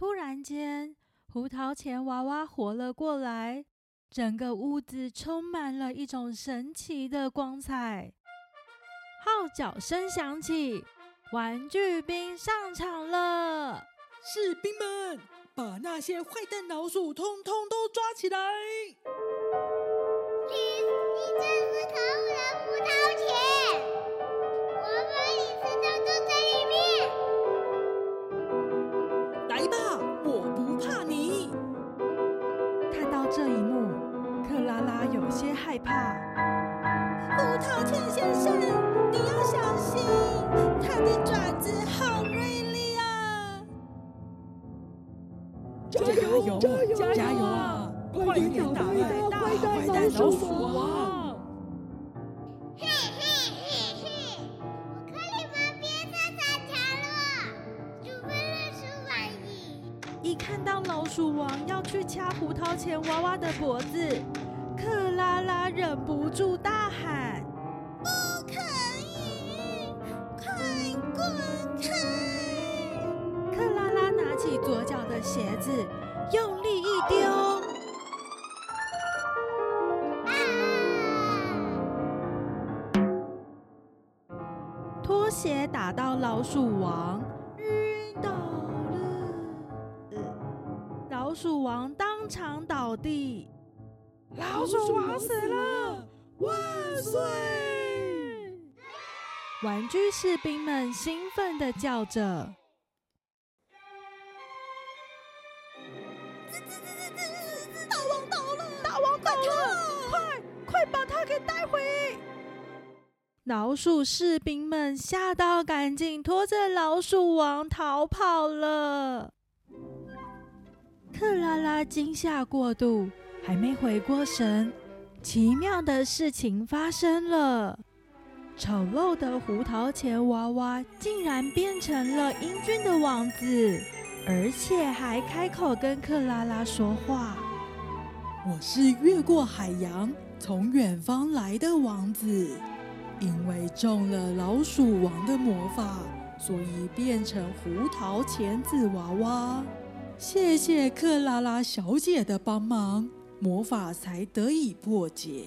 突然间，胡桃钳娃娃活了过来，整个屋子充满了一种神奇的光彩。号角声响起，玩具兵上场了！ 士兵们，把那些坏蛋老鼠通通都抓起来！ 你真是可恶的胡桃钳！我把你吃到肚子里面！ 来吧，我不怕你！ 看到这一幕，克拉拉有些害怕。 胡桃钳先生，你要小心，他的爪子好锐利啊！ 加油！加油啊！快点打败坏蛋老鼠王！ 嘿，我看你们别再逞强了，除非认输反应。 一看到老鼠王要去掐胡桃钳娃娃的脖子，克拉拉忍不住大喊： 不可以，快滚开！ 克拉拉拿起左脚的鞋子，用力一丢，拖鞋打到老鼠王，晕倒了。老鼠王当场倒地。老鼠王死了！ 万岁！ 玩具士兵们兴奋地叫着。大王倒了！快把他给带回！老鼠士兵们吓到，赶紧拖着老鼠王逃跑了。克拉拉惊吓过度，还没回过神，奇妙的事情发生了。丑陋的胡桃钳娃娃竟然变成了英俊的王子，而且还开口跟克拉拉说话。 我是越过海洋从远方来的王子，因为中了老鼠王的魔法，所以变成胡桃钳子娃娃。谢谢克拉拉小姐的帮忙，魔法才得以破解。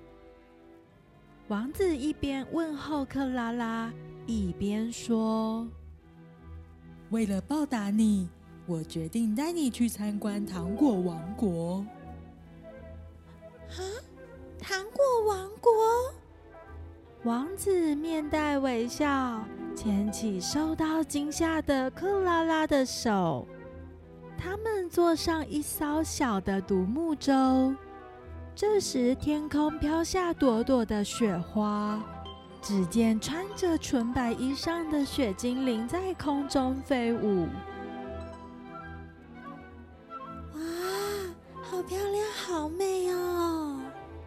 王子一边问候克拉拉，一边说： 为了报答你，我决定带你去参观糖果王国。 糖果王国？ 王子面带微笑，牵起受到惊吓的克拉拉的手。他们坐上一艘小的独木舟。这时，天空飘下朵朵的雪花，只见穿着纯白衣裳的雪精灵在空中飞舞。 哇，好漂亮，好美哦！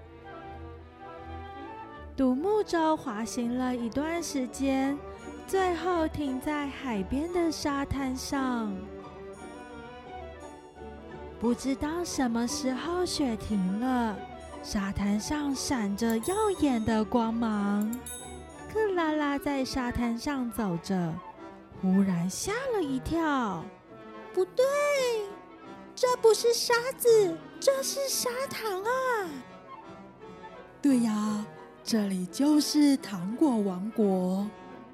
独木舟滑行了一段时间，最后停在海边的沙滩上。不知道什么时候雪停了，沙滩上闪着耀眼的光芒。克拉拉在沙滩上走着，忽然吓了一跳。 不对，这不是沙子，这是砂糖啊！ 对呀，这里就是糖果王国。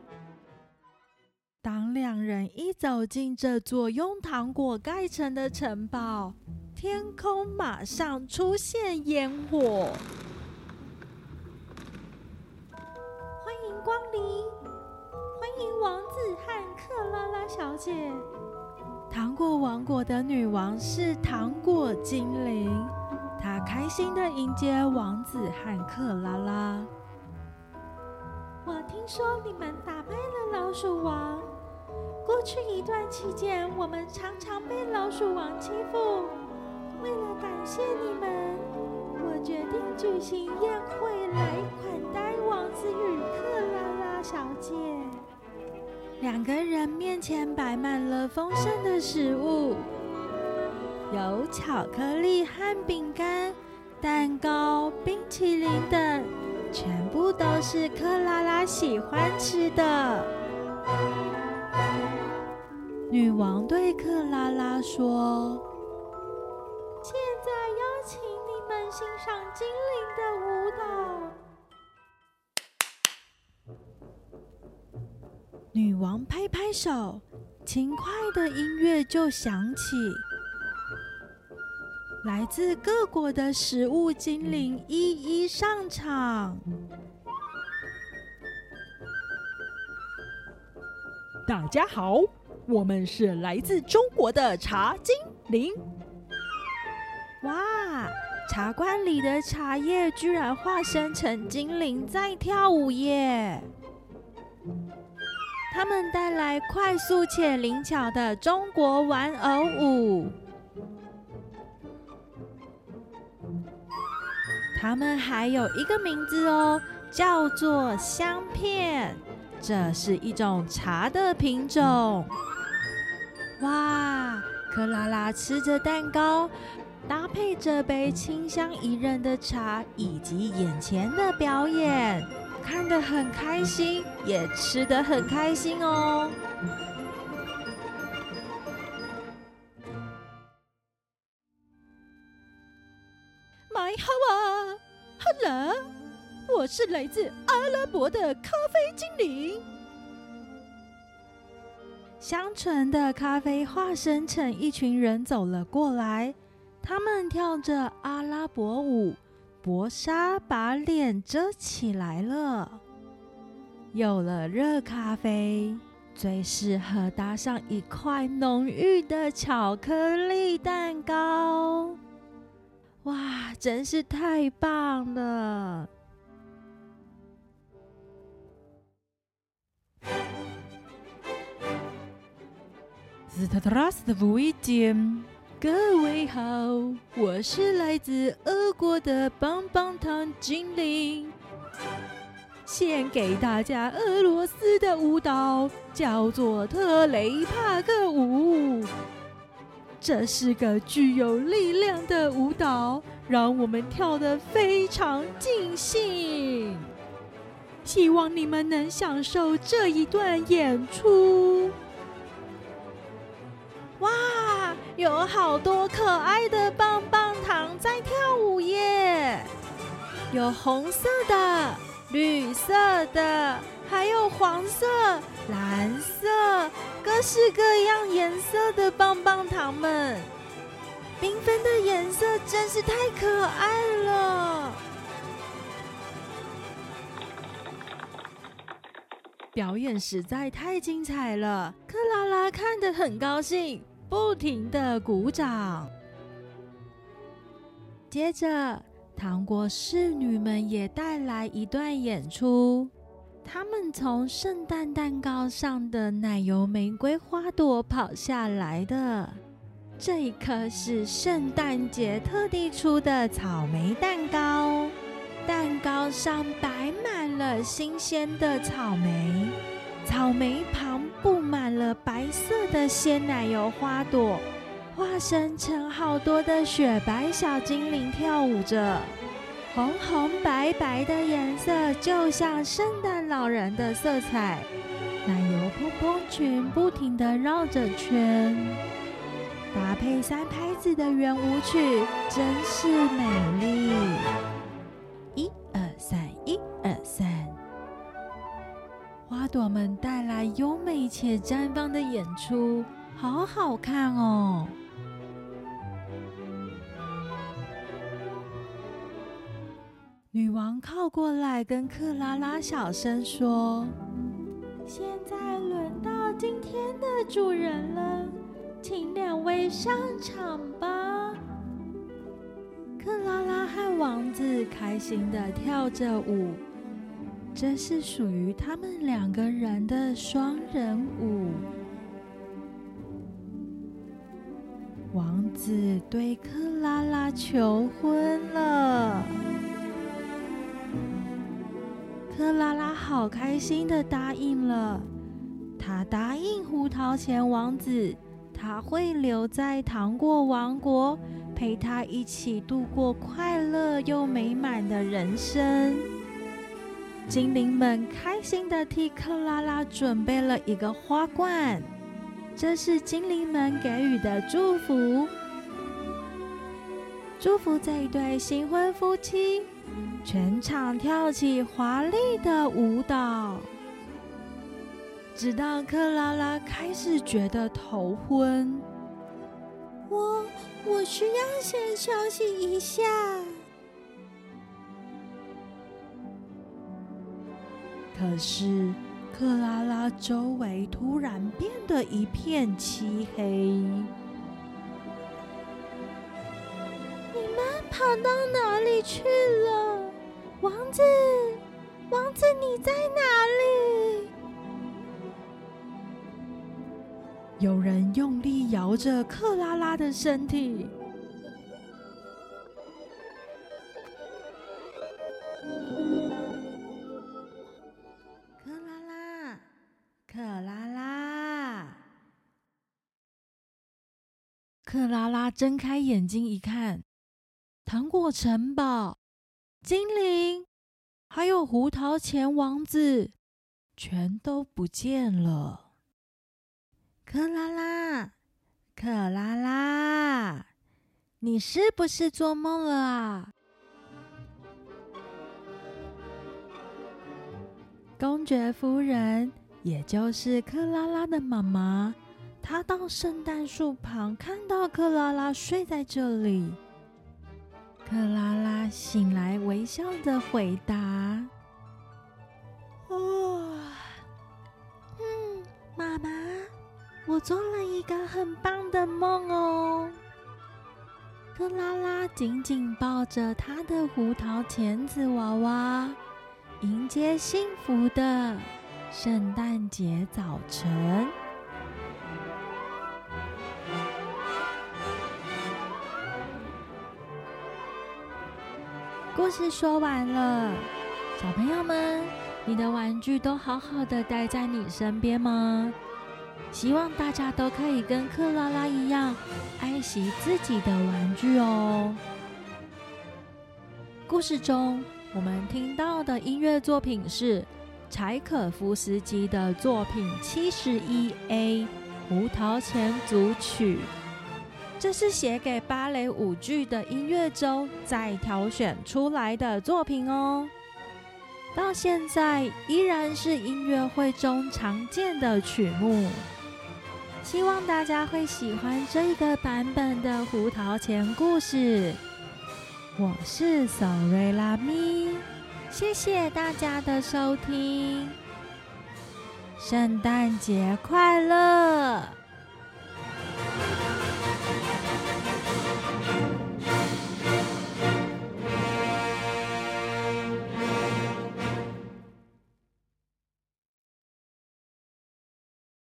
当两人一走进这座用糖果盖成的城堡，天空马上出现烟火。欢迎光临，欢迎王子和克拉拉小姐。糖果王国的女王是糖果精灵，她开心地迎接王子和克拉拉。我听说你们打败了老鼠王。过去一段期间，我们常常被老鼠王欺负。为了感谢你们，我决定举行宴会来款待王子与克拉拉小姐。两个人面前摆满了丰盛的食物，有巧克力和饼干、蛋糕、冰淇淋等，全部都是克拉拉喜欢吃的。 女王对克拉拉说：“ 现在邀请你们欣赏精灵的舞蹈。” 女王拍拍手，轻快的音乐就响起。来自各国的食物精灵一一上场。 大家好，我们是来自中国的茶精灵。 哇，茶馆里的茶叶居然化身成精灵在跳舞耶！他们带来快速且灵巧的中国玩偶舞。他们还有一个名字哦，叫做香片。这是一种茶的品种。哇，克拉拉吃着蛋糕，搭配这杯清香宜人的茶，以及眼前的表演，看得很开心，也吃得很开心哦。 买好啊 ，Hello， 我是来自阿拉伯的咖啡精灵。 香醇的咖啡化身成一群人走了过来，他们跳着阿拉伯舞，薄纱把脸遮起来了。有了热咖啡，最适合搭上一块浓郁的巧克力蛋糕。哇，真是太棒了！ 各位好，我是来自俄国的棒棒糖精灵，献给大家俄罗斯的舞蹈，叫做特雷帕克舞。这是个具有力量的舞蹈，让我们跳得非常尽兴。希望你们能享受这一段演出。 哇，有好多可爱的棒棒糖在跳舞耶！有红色的、绿色的，还有黄色、蓝色，各式各样颜色的棒棒糖们，缤纷的颜色真是太可爱了。表演实在太精彩了，克拉拉看得很高兴，不停地鼓掌。接着，糖果侍女们也带来一段演出。她们从圣诞蛋糕上的奶油玫瑰花朵跑下来的。这一颗是圣诞节特地出的草莓蛋糕，蛋糕上摆满了新鲜的草莓，草莓旁布满了白色的鲜奶油花朵，化身成好多的雪白小精灵跳舞着，红红白白的颜色就像圣诞老人的色彩，奶油蓬蓬裙不停地绕着圈，搭配3拍子的圆舞曲，真是美丽。1、2、3，1、2、3。花朵们带来优美且绽放的演出，好好看哦！女王靠过来跟克拉拉小声说：“ 现在轮到今天的主人了，请2位上场吧。” 克拉拉和王子开心地跳着舞，这是属于他们2个人的双人舞。王子对克拉拉求婚了，克拉拉好开心地答应了。她答应胡桃钳王子，她会留在糖果王国，陪他一起度过快乐又美满的人生。精灵们开心地替克拉拉准备了一个花冠， 这是精灵们给予的祝福，祝福这一对新婚夫妻全场跳起华丽的舞蹈。直到克拉拉开始觉得头昏， 我需要先休息一下。 可是克拉拉周围突然变得一片漆黑。 你们跑到哪里去了？王子，你在哪里？ 有人用力摇着克拉拉的身体。克拉拉睁开眼睛一看，糖果城堡、精灵，还有胡桃钳王子，全都不见了。克拉拉，你是不是做梦了啊？公爵夫人，也就是克拉拉的妈妈，她到圣诞树旁看到克拉拉睡在这里。克拉拉醒来，微笑地回答：“ 妈妈，我做了一个很棒的梦哦。” 克拉拉紧紧抱着她的胡桃钳子娃娃，迎接幸福的圣诞节早晨。故事说完了，小朋友们，你的玩具都好好的待在你身边吗？希望大家都可以跟克拉拉一样爱惜自己的玩具哦。故事中我们听到的音乐作品是柴可夫斯基的作品 71A 胡桃钳组曲，这是写给芭蕾舞剧的音乐周再挑选出来的作品哦。到现在依然是音乐会中常见的曲目，希望大家会喜欢这个版本的胡桃钳故事。我是索瑞拉咪，谢谢大家的收听，圣诞节快乐！